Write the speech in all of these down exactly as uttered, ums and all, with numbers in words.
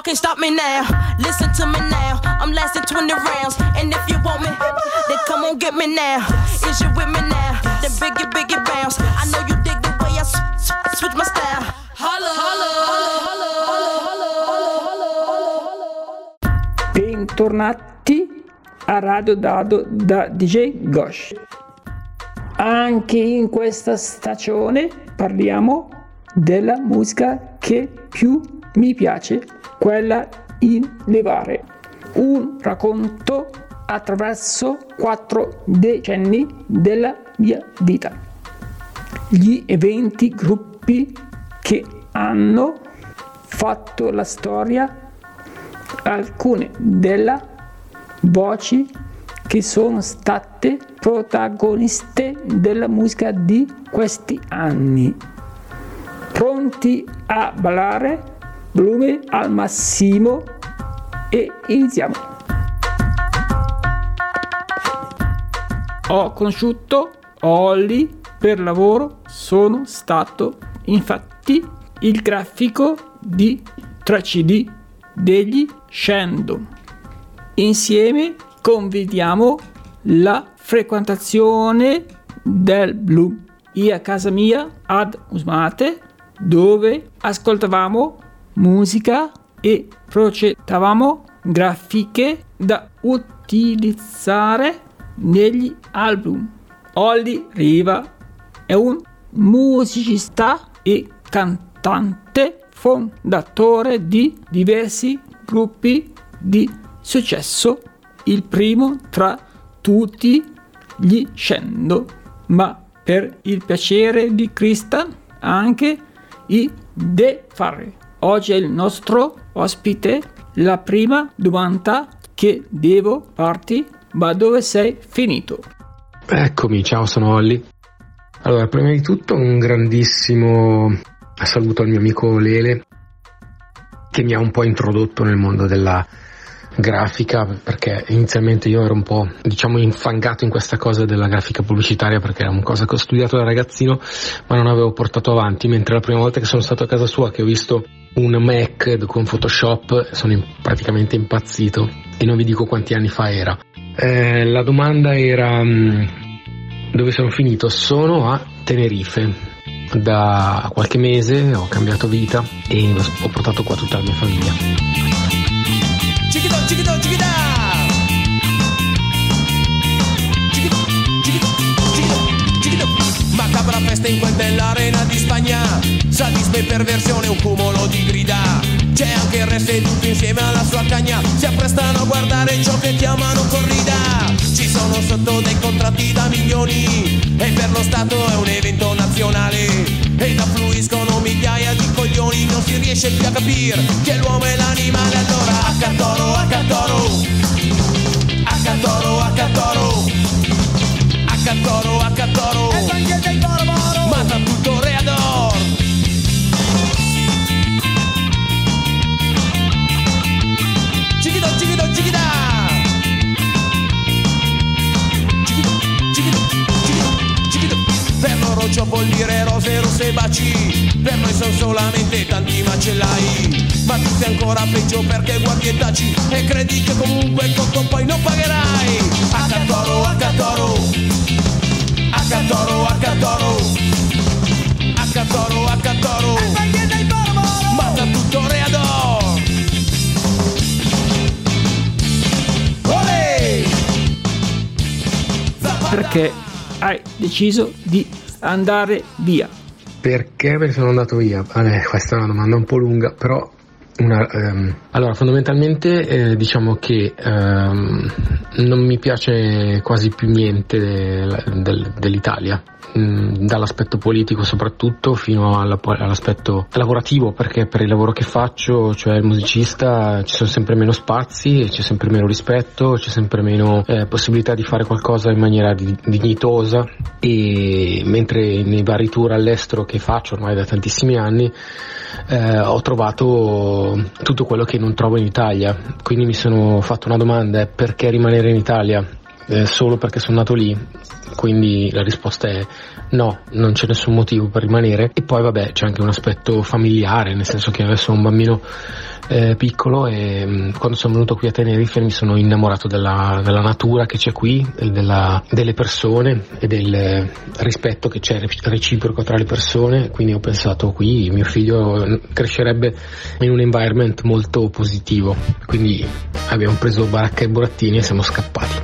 can't stop me now. Listen to me now. I'm lasting twenty rounds. And if you want me, then come on get me now. Is you with me now? Then biggie, biggie bounce. I know you dig the way I s- s- switch my style. Holla, holla, holla, holla, holla, holla. Bentornati a Radio Dado da D J Gosh. Anche in questa stagione parliamo della musica che più mi piace, quella in levare. Un racconto attraverso quattro decenni della mia vita. Gli eventi, gruppi che hanno fatto la storia, alcune delle voci che sono state protagoniste della musica di questi anni. Pronti a ballare? Volume al massimo e iniziamo. Ho conosciuto Olly per lavoro, sono stato infatti il grafico di tre C D degli Scendo. Insieme condividiamo la frequentazione del blu io a casa mia ad Usmate, dove ascoltavamo musica e progettavamo grafiche da utilizzare negli album. Olly Riva è un musicista e cantante, fondatore di diversi gruppi di successo, il primo tra tutti gli Scendo, ma per il piacere di Christian anche i The Farre. Oggi è il nostro ospite. La prima domanda che devo farti: ma dove sei finito? Eccomi, ciao, sono Olly. Allora, prima di tutto un grandissimo saluto al mio amico Lele, che mi ha un po' introdotto nel mondo della grafica, perché inizialmente io ero un po', diciamo, infangato in questa cosa della grafica pubblicitaria, perché era una cosa che ho studiato da ragazzino ma non avevo portato avanti, mentre la prima volta che sono stato a casa sua, che ho visto un Mac con Photoshop, sono in, praticamente impazzito, e non vi dico quanti anni fa era. Eh, la domanda era mh, dove sono finito? Sono a Tenerife da qualche mese, ho cambiato vita e ho portato qua tutta la mia famiglia. Chiquito, chiquito, chiquita. Chiquito, chiquito, chiquito, chiquito. Macabra festa in quel dell'arena di Spagna. Sadismo e perversione, un cumulo di grida. C'è anche il re seduto insieme alla sua cagna. Si apprestano a guardare ciò che chiamano corrida. Ci sono sotto dei contratti da milioni e per lo Stato è un evento nazionale. Ed affluiscono migliaia di coglioni. Non si riesce più a capire che l'uomo è l'animale. Allora Accatoro, Accatoro, Accatoro, Accatoro, Accatoro, Accatoro, mata tutto Reador. Chiquito, chiquito, chiquita. Chiquito, chiquito, chiquito, chiquito. Per loro ciò vuol dire rose, rosse e baci. Per noi sono solamente tanti macellai. Ma tu sei ancora peggio perché guardi e taci e credi che comunque il conto poi non pagherai. Accatoro, Accatoro, Accatoro, Accatoro, Accatoro, Accatoro, mata tutto Reador. Olè! Perché hai deciso di andare via? Perché me ne sono andato via? Eh, questa è una domanda un po' lunga, però una, ehm, allora fondamentalmente eh, diciamo che ehm, non mi piace quasi più niente del, del, dell'Italia, mh, dall'aspetto politico soprattutto fino alla, all'aspetto lavorativo, perché per il lavoro che faccio, cioè il musicista, ci sono sempre meno spazi, c'è sempre meno rispetto, c'è sempre meno eh, possibilità di fare qualcosa in maniera di, dignitosa, e mentre nei vari tour all'estero che faccio ormai da tantissimi anni eh, ho trovato tutto quello che non trovo in Italia. Quindi mi sono fatto una domanda: perché rimanere in Italia? eh, solo perché sono nato lì, quindi la risposta è no, non c'è nessun motivo per rimanere. E poi vabbè, c'è anche un aspetto familiare, nel senso che adesso ho un bambino eh, piccolo e mh, quando sono venuto qui a Tenerife mi sono innamorato della, della natura che c'è qui, della, delle persone e del rispetto che c'è reciproco tra le persone, quindi ho pensato qui mio figlio crescerebbe in un environment molto positivo, quindi abbiamo preso baracca e burattini e siamo scappati.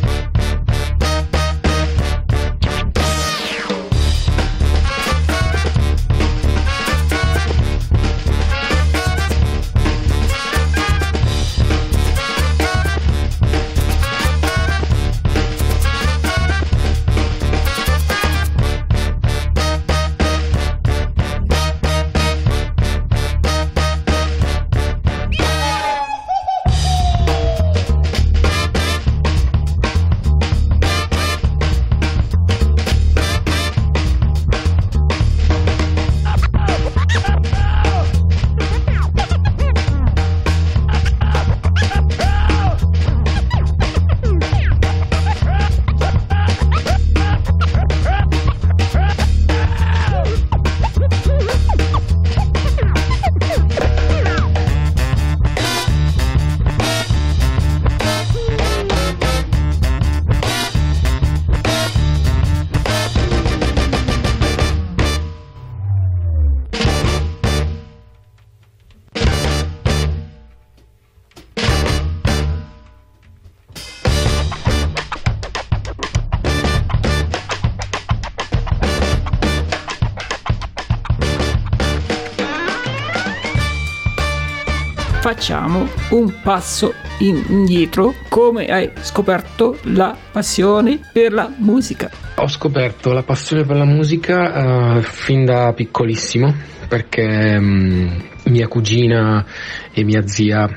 Facciamo un passo indietro. Come hai scoperto la passione per la musica? Ho scoperto la passione per la musica uh, fin da piccolissimo, perché um, mia cugina e mia zia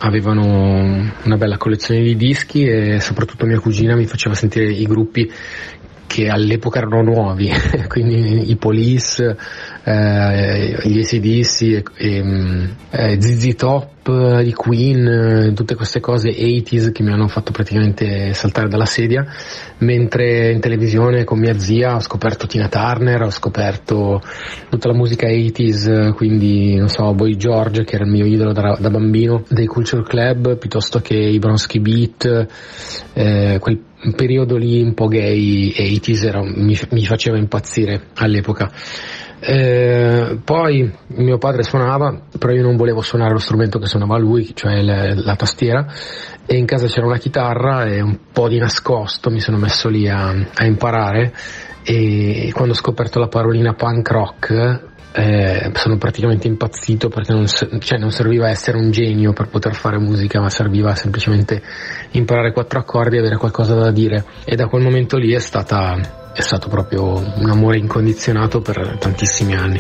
avevano una bella collezione di dischi e soprattutto mia cugina mi faceva sentire i gruppi che all'epoca erano nuovi, quindi i Police, eh, gli A C D C, e, e, eh, Z Z Top, i Queen, tutte queste cose ottanta che mi hanno fatto praticamente saltare dalla sedia, mentre in televisione con mia zia ho scoperto Tina Turner, ho scoperto tutta la musica ottanta, quindi non so, Boy George, che era il mio idolo da, da bambino, dei Culture Club, piuttosto che i Bronski Beat, eh, quel periodo lì un po' gay ottanta era, mi, mi faceva impazzire all'epoca. Eh, poi mio padre suonava, però io non volevo suonare lo strumento che suonava lui, cioè la, la tastiera, e in casa c'era una chitarra e un po' di nascosto mi sono messo lì a, a imparare, e quando ho scoperto la parolina punk rock eh, sono praticamente impazzito, perché non, cioè non serviva essere un genio per poter fare musica, ma serviva semplicemente imparare quattro accordi e avere qualcosa da dire, e da quel momento lì è stata è stato proprio un amore incondizionato per tantissimi anni.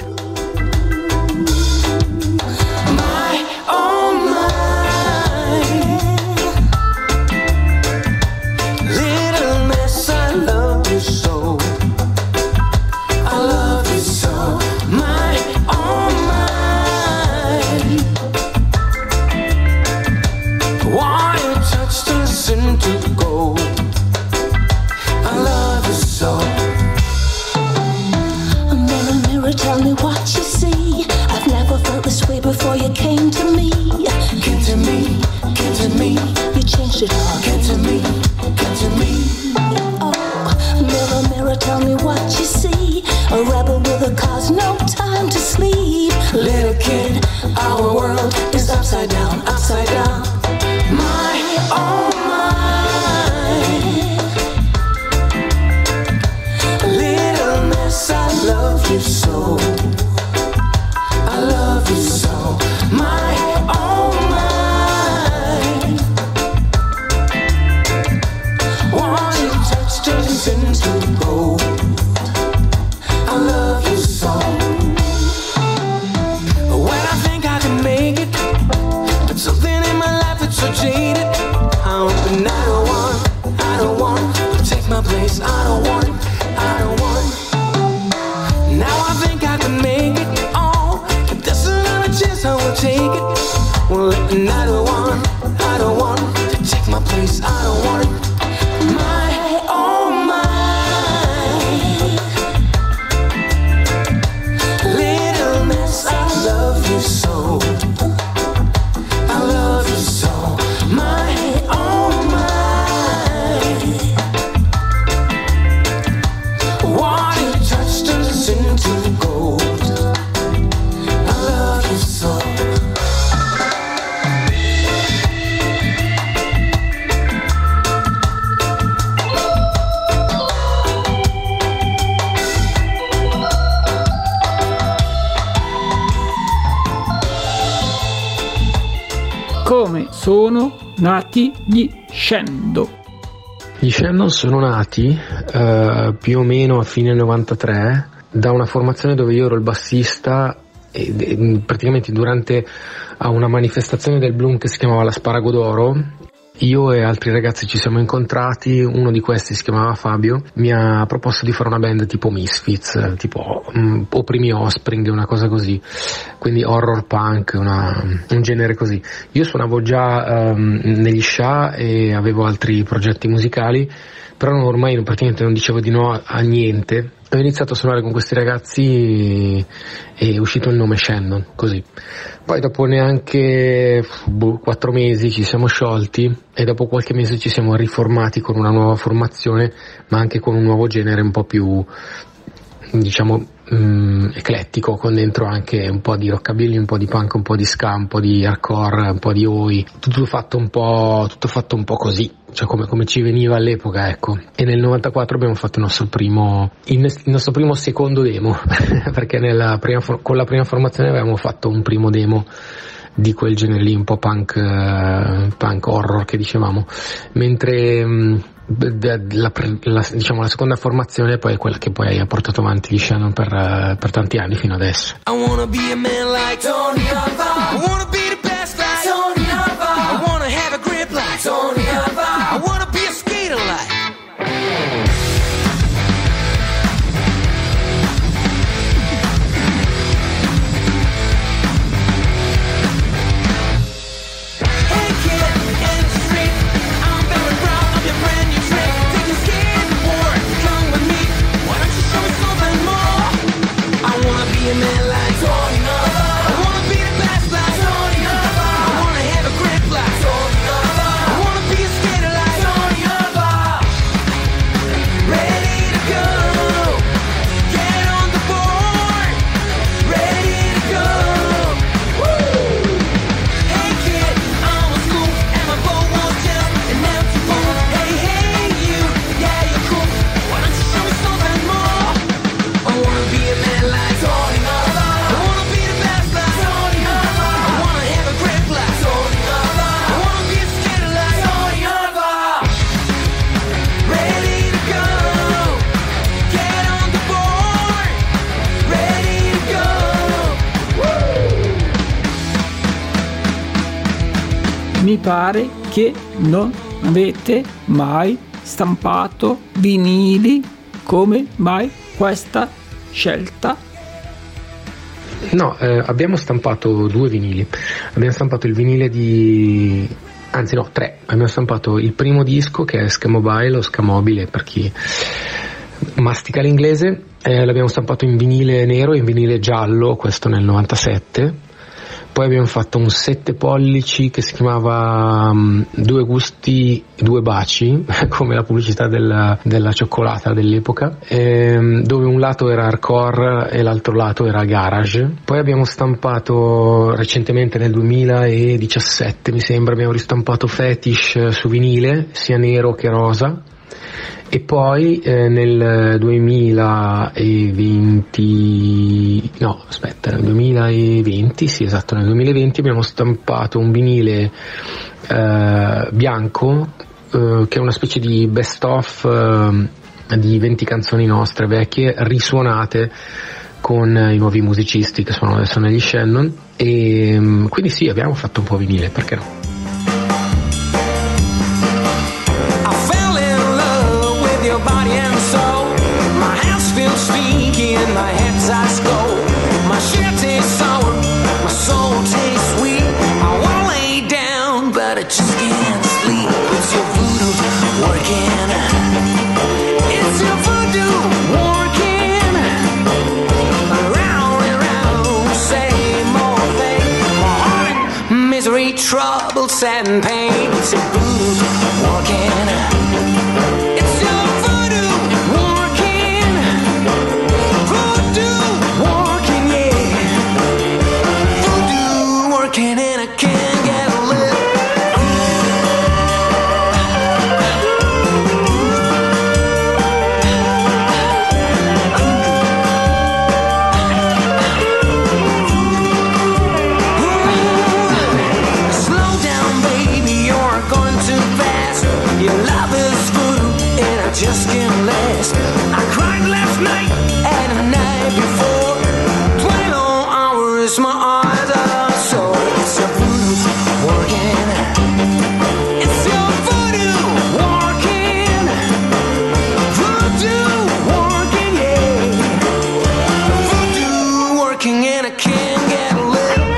And I don't want, I don't want to take my place. I don't want it. My come sono nati gli Shandon? Gli Shandon sono nati eh, più o meno a fine novantatré da una formazione dove io ero il bassista e, e praticamente durante a una manifestazione del Bloom che si chiamava l'Asparago d'Oro. Io e altri ragazzi ci siamo incontrati, uno di questi si chiamava Fabio, mi ha proposto di fare una band tipo Misfits, tipo um, o Primi Offspring, una cosa così, quindi horror punk, una, un genere così. Io suonavo già um, negli Sha e avevo altri progetti musicali, però ormai praticamente non dicevo di no a, a niente. Ho iniziato a suonare con questi ragazzi e è uscito il nome Shandon, così. Poi dopo neanche boh, quattro mesi ci siamo sciolti e dopo qualche mese ci siamo riformati con una nuova formazione, ma anche con un nuovo genere un po' più, diciamo, mh, eclettico, con dentro anche un po' di rockabilly, un po' di punk, un po' di ska, un po' di hardcore, un po' di oi, tutto fatto un po', tutto fatto un po' così, cioè come, come ci veniva all'epoca, ecco. E nel novantaquattro abbiamo fatto il nostro primo, il, il nostro primo secondo demo, perché nella prima, con la prima formazione avevamo fatto un primo demo di quel genere lì, un po' punk, uh, punk horror che dicevamo, mentre um, la, la, diciamo, la seconda formazione poi è quella che poi ha portato avanti gli Shandon per, uh, per tanti anni fino adesso. I wanna be a man like Tony Alva. I wanna be the best like Tony Alva. I wanna have a grip like Tony Alva. I wanna be a skater like Mi pare che non avete mai stampato vinili, come mai questa scelta? No, eh, abbiamo stampato due vinili, abbiamo stampato il vinile di, anzi no, tre, abbiamo stampato il primo disco che è Ska Mobile o Ska Mobile per chi mastica l'inglese, eh, l'abbiamo stampato in vinile nero e in vinile giallo, questo nel novantasette. Poi abbiamo fatto un sette pollici che si chiamava um, Due gusti, due baci, come la pubblicità della, della cioccolata dell'epoca, ehm, dove un lato era hardcore e l'altro lato era garage. Poi abbiamo stampato recentemente nel duemiladiciassette, mi sembra, abbiamo ristampato Fetish su vinile, sia nero che rosa. E poi eh, nel duemilaventi, no aspetta, nel duemilaventi, sì esatto, nel duemilaventi abbiamo stampato un vinile eh, bianco eh, che è una specie di best of eh, di venti canzoni nostre vecchie risuonate con i nuovi musicisti che sono adesso negli Shandon, e quindi sì, abbiamo fatto un po' vinile, perché no? body and soul. My hands feel stinky and my head's ice cold. My shit tastes sour, my soul tastes sweet. I wanna lay down, but I just can't sleep. It's your voodoo working. It's your voodoo working. Around and round, same old thing. My heart in misery, trouble, sad and pain. It's your voodoo working. Slow down. close my eyes I saw it's your voodoo working. It's your voodoo working. Voodoo working, yeah. Voodoo working and I can't get a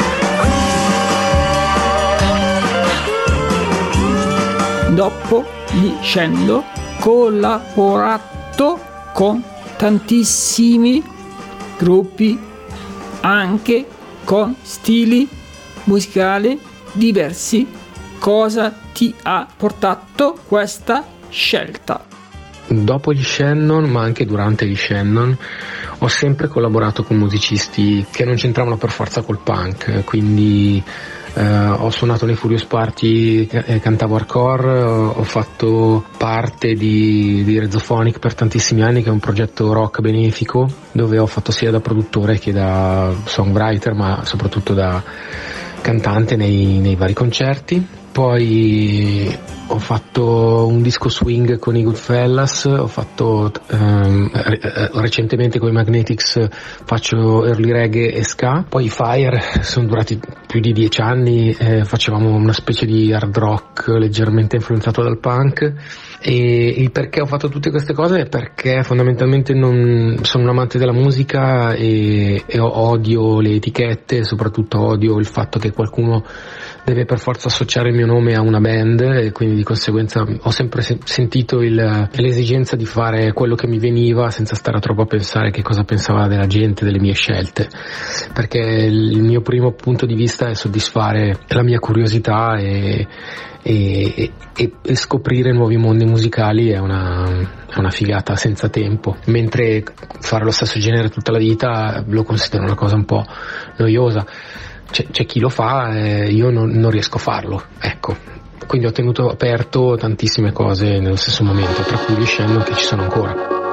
little. Dopo gli scendo, collaborato con tantissimi gruppi, anche con stili musicali diversi. Cosa ti ha portato questa scelta? Dopo gli Shannon, ma anche durante gli Shannon, ho sempre collaborato con musicisti che non c'entravano per forza col punk, quindi eh, ho suonato nei Furious Party, eh, cantavo hardcore, ho fatto parte di, di Rezophonic per tantissimi anni, che è un progetto rock benefico dove ho fatto sia da produttore che da songwriter, ma soprattutto da cantante nei, nei vari concerti. Poi ho fatto un disco swing con i Goodfellas, ho fatto um, re- recentemente con i Magnetics faccio early reggae e ska. Poi i Fire sono durati più di dieci anni, eh, facevamo una specie di hard rock leggermente influenzato dal punk. E il perché ho fatto tutte queste cose è perché fondamentalmente non sono un amante della musica e, e odio le etichette, soprattutto odio il fatto che qualcuno deve per forza associare il mio nome a una band, e quindi di conseguenza ho sempre se- sentito il, l'esigenza di fare quello che mi veniva senza stare troppo a pensare che cosa pensava della gente, delle mie scelte, perché il mio primo punto di vista è soddisfare la mia curiosità e, e, e, e scoprire nuovi mondi musicali è una, è una figata senza tempo, mentre fare lo stesso genere tutta la vita lo considero una cosa un po' noiosa. C'è, c'è chi lo fa, eh, io non, non riesco a farlo, ecco. Quindi ho tenuto aperto tantissime cose nello stesso momento, tra cui gli Shannon che ci sono ancora.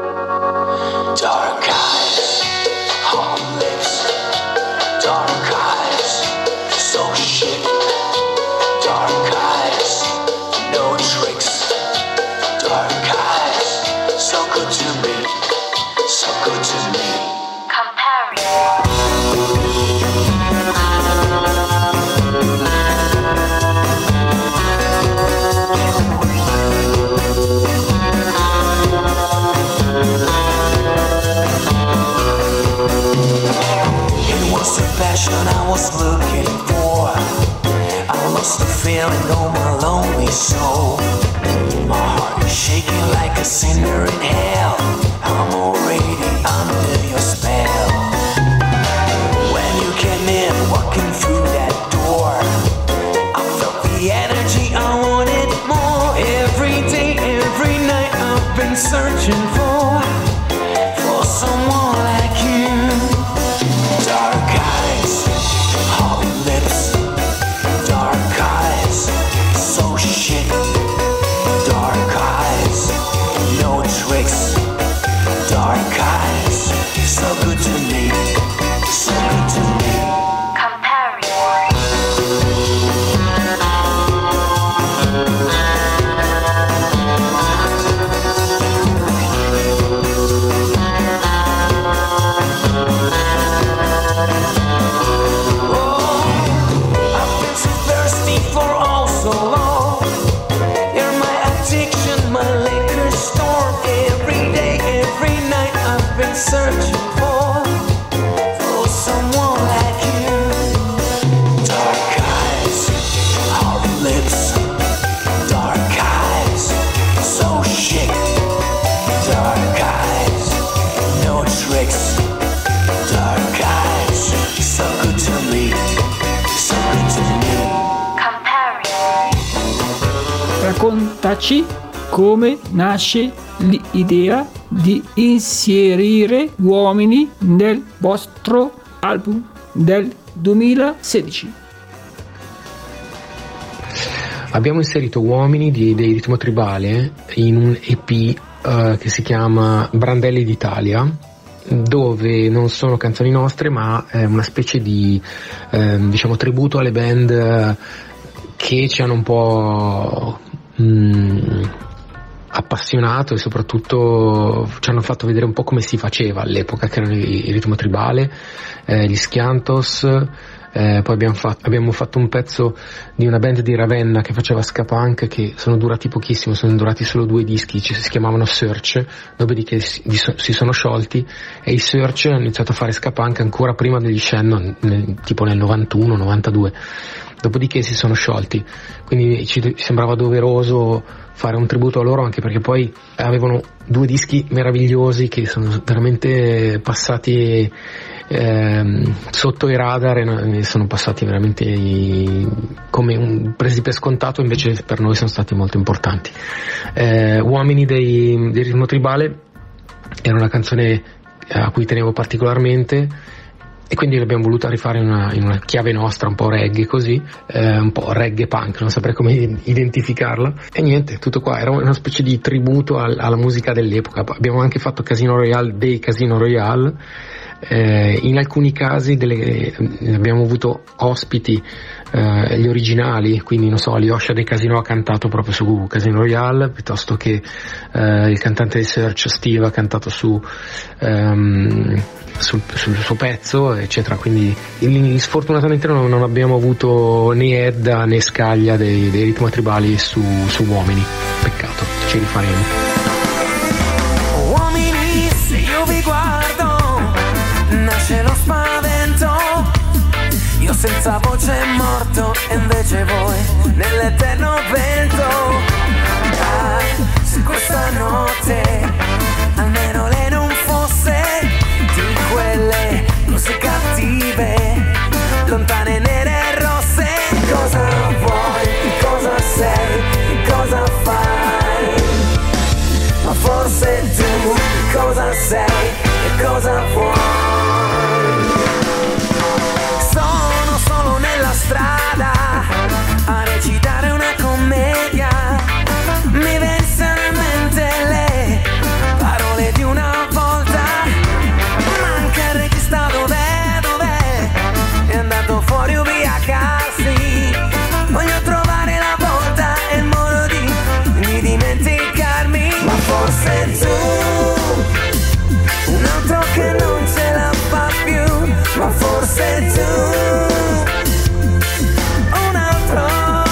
Dark eyes, hot lips, dark eyes, so shit. Dark eyes, no tricks. Dark eyes, so good to me, so good to me. I was looking for, I lost the feeling on my lonely soul. My heart is shaking like a cinder in hell. I'm already under your spell. When you came in, walking through that door, I felt the energy, I wanted more. Every day, every night, I've been searching for, for someone like you. Dark eyes, hot lips, dark eyes, so shit. Dark eyes, no tricks. Dark eyes, so good to me, so good to me. Searching for, for someone like you. Dark eyes, hot lips, dark eyes, so chic. Dark eyes, no tricks. Dark eyes, so good to me, so good to me. Raccontaci come nasce l'idea di inserire uomini nel vostro album del duemilasedici. Abbiamo inserito Uomini di, dei Ritmo Tribale in un E P uh, che si chiama Brandelli d'Italia, dove non sono canzoni nostre ma è una specie di eh, diciamo tributo alle band che ci hanno un po' mh, appassionato e soprattutto ci hanno fatto vedere un po' come si faceva all'epoca, che erano il ritmo tribale, eh, gli Schiantos, eh, poi abbiamo fatto, abbiamo fatto un pezzo di una band di Ravenna che faceva ska punk, che sono durati pochissimo, sono durati solo due dischi, ci, si chiamavano Search, dopodiché si, si sono sciolti, e i Search hanno iniziato a fare ska punk ancora prima degli Shannon, nel, tipo nel novantuno novantadue, dopodiché si sono sciolti, quindi ci sembrava doveroso fare un tributo a loro, anche perché poi avevano due dischi meravigliosi che sono veramente passati ehm, sotto i radar e sono passati veramente i, come un, presi per scontato, invece per noi sono stati molto importanti. eh, Uomini dei, dei ritmo tribale era una canzone a cui tenevo particolarmente, e quindi l'abbiamo voluta rifare in una, in una chiave nostra, un po' reggae così, eh, un po' reggae punk, non saprei come identificarla, e niente, tutto qua, era una specie di tributo al, alla musica dell'epoca. Abbiamo anche fatto Casino Royale dei Casino Royale, eh, in alcuni casi delle, abbiamo avuto ospiti, eh, gli originali, quindi non so, Alyosha dei Casino ha cantato proprio su Casino Royale, piuttosto che eh, il cantante di Search Steve ha cantato su um, Sul, sul suo pezzo, eccetera. Quindi sfortunatamente non, non abbiamo avuto né Edda né Scaglia dei, dei ritmo tribali su, su Uomini. Peccato, ci rifaremo. Uomini, se io vi guardo nasce lo spavento, io senza voce morto e invece voi nell'eterno vento. Ah, se questa notte almeno lei non fosse di quelle cose cattive, lontane, nere e rosse. Cosa vuoi, cosa sei, cosa fai? Ma forse tu cosa sei e cosa vuoi? Sono solo nella strada a recitare una commedia, mi vengono in mente le parole di una volta. Manca il regista, dov'è, dov'è? È andato fuori ubriacarsi. Voglio trovare la volta e il modo di, di dimenticarmi. Ma forse tu, un altro che non ce la fa più. Ma forse tu, un altro.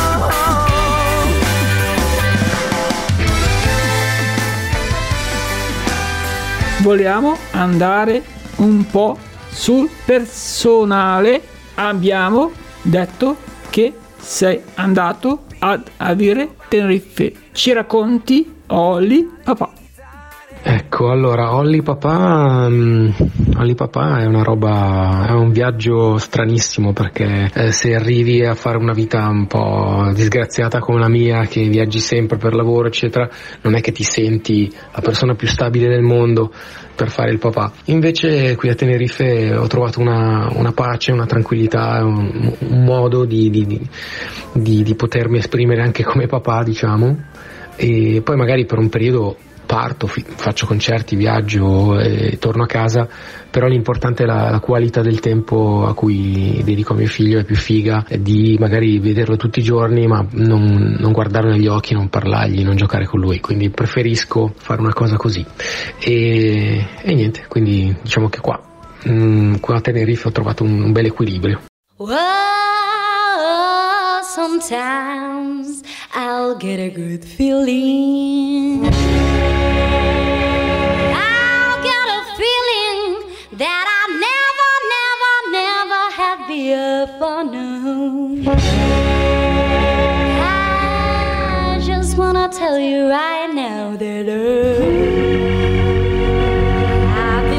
Vogliamo andare un po' sul personale. Abbiamo detto che sei andato ad avere Tenerife. Ci racconti, Olli papà? Ecco, allora, Olli papà, um, Olli papà è una roba, è un viaggio stranissimo, perché eh, se arrivi a fare una vita un po' disgraziata come la mia, che viaggi sempre per lavoro eccetera, non è che ti senti la persona più stabile del mondo per fare il papà. Invece qui a Tenerife ho trovato una, una pace, una tranquillità, un, un modo di, di, di, di potermi esprimere anche come papà, diciamo, e poi magari per un periodo parto, faccio concerti, viaggio e torno a casa, però l'importante è la, la qualità del tempo a cui dedico a mio figlio, è più figa, è di magari vederlo tutti i giorni ma non, non guardarlo negli occhi, non parlargli, non giocare con lui, quindi preferisco fare una cosa così e, e niente, quindi diciamo che qua, mh, qua a Tenerife ho trovato un, un bel equilibrio. Whoa, sometimes I'll get a good feeling. I'll get a feeling that I never, never, never have ever known. I just wanna tell you right now that I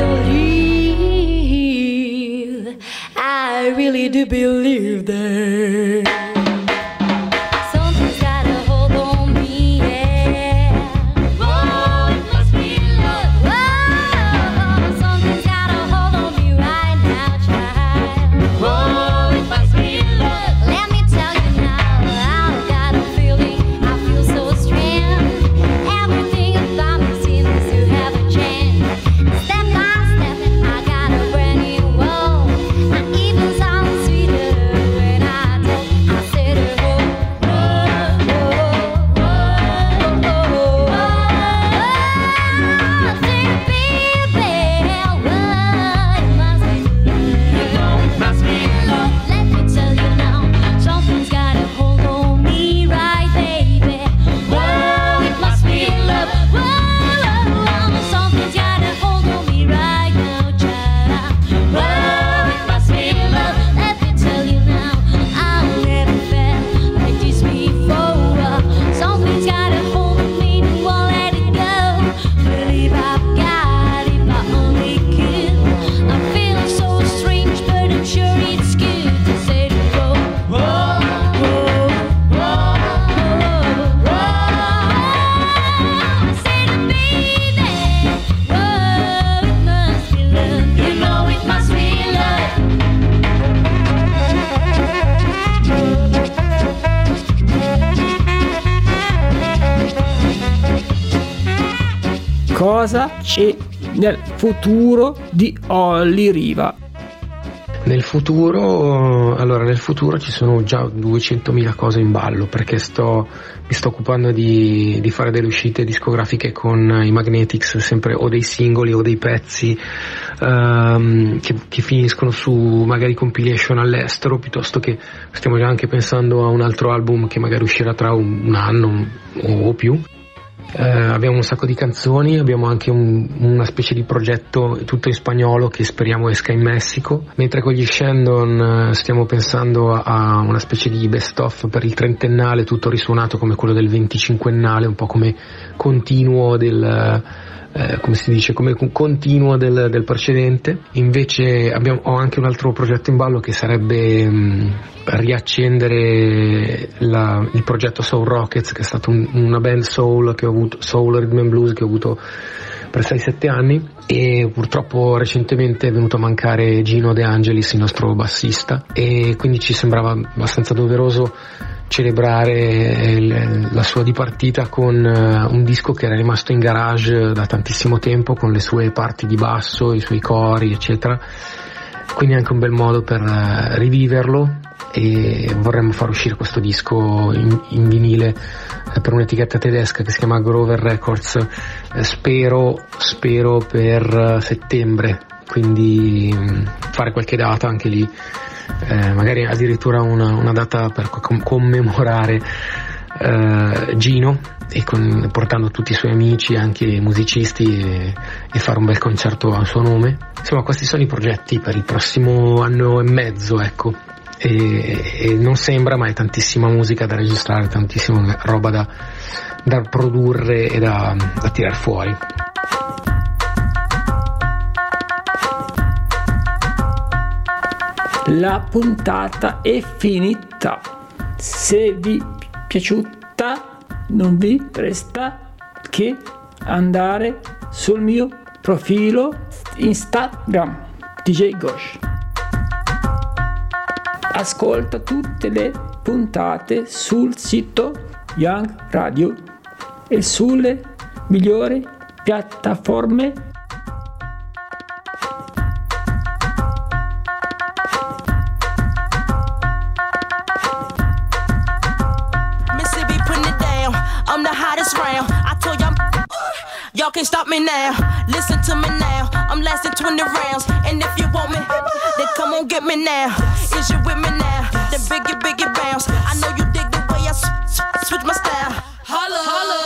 believe, I really do believe that something's got a hold on me, yeah. Whoa, it must be love. Whoa, something's got a hold on me right now, child. Whoa, it must be love. Let me tell you now, I've got a feeling, I feel so strange. Everything about me seems to have a chance. Step by step, I got a brand new world. I even sound sweeter when I talk. I cosa c'è nel futuro di Olly Riva? Nel futuro, allora nel futuro ci sono già duecentomila cose in ballo, perché sto, mi sto occupando di, di fare delle uscite discografiche con i Magnetics, sempre o dei singoli o dei pezzi um, che, che finiscono su magari compilation all'estero, piuttosto che stiamo già anche pensando a un altro album che magari uscirà tra un, un anno o più. Eh, abbiamo un sacco di canzoni, abbiamo anche un, una specie di progetto tutto in spagnolo che speriamo esca in Messico, mentre con gli Shandon eh, stiamo pensando a, a una specie di best of per il trentennale, tutto risuonato come quello del venticinquennale, un po' come continuo del eh, come si dice, come continuo del, del precedente. Invece abbiamo, ho anche un altro progetto in ballo che sarebbe mh, riaccendere la, il progetto Soul Rockets, che è stata un, una band soul che ho avuto, soul rhythm and blues che ho avuto per sei sette anni, e purtroppo recentemente è venuto a mancare Gino De Angelis, il nostro bassista, e quindi ci sembrava abbastanza doveroso celebrare il, la sua dipartita con uh, un disco che era rimasto in garage da tantissimo tempo, con le sue parti di basso, i suoi cori eccetera, quindi anche un bel modo per uh, riviverlo, e vorremmo far uscire questo disco in, in vinile eh, per un'etichetta tedesca che si chiama Grover Records, eh, spero, spero per uh, settembre, quindi mh, fare qualche data anche lì, eh, magari addirittura una, una data per com- commemorare eh, Gino, e con, portando tutti i suoi amici, anche i musicisti, e, e fare un bel concerto a suo nome. Insomma, questi sono i progetti per il prossimo anno e mezzo, ecco. E, e non sembra, ma è tantissima musica da registrare, tantissima roba da, da produrre e da, da tirar fuori. La puntata è finita. Se vi è piaciuta, non vi resta che andare sul mio profilo Instagram D J Gosh. Ascolta tutte le puntate sul sito Young Radio e sulle migliori piattaforme. Mississippi putting it down. I'm the hottest round. I told y'all, y'all can't stop me now. Listen to me now. I'm lasting twenty rounds. And if you want me, then come on get me now. Is you with me now? Then biggie, biggie bounce. I know you dig the way I s- s- switch my style. Holla, holla.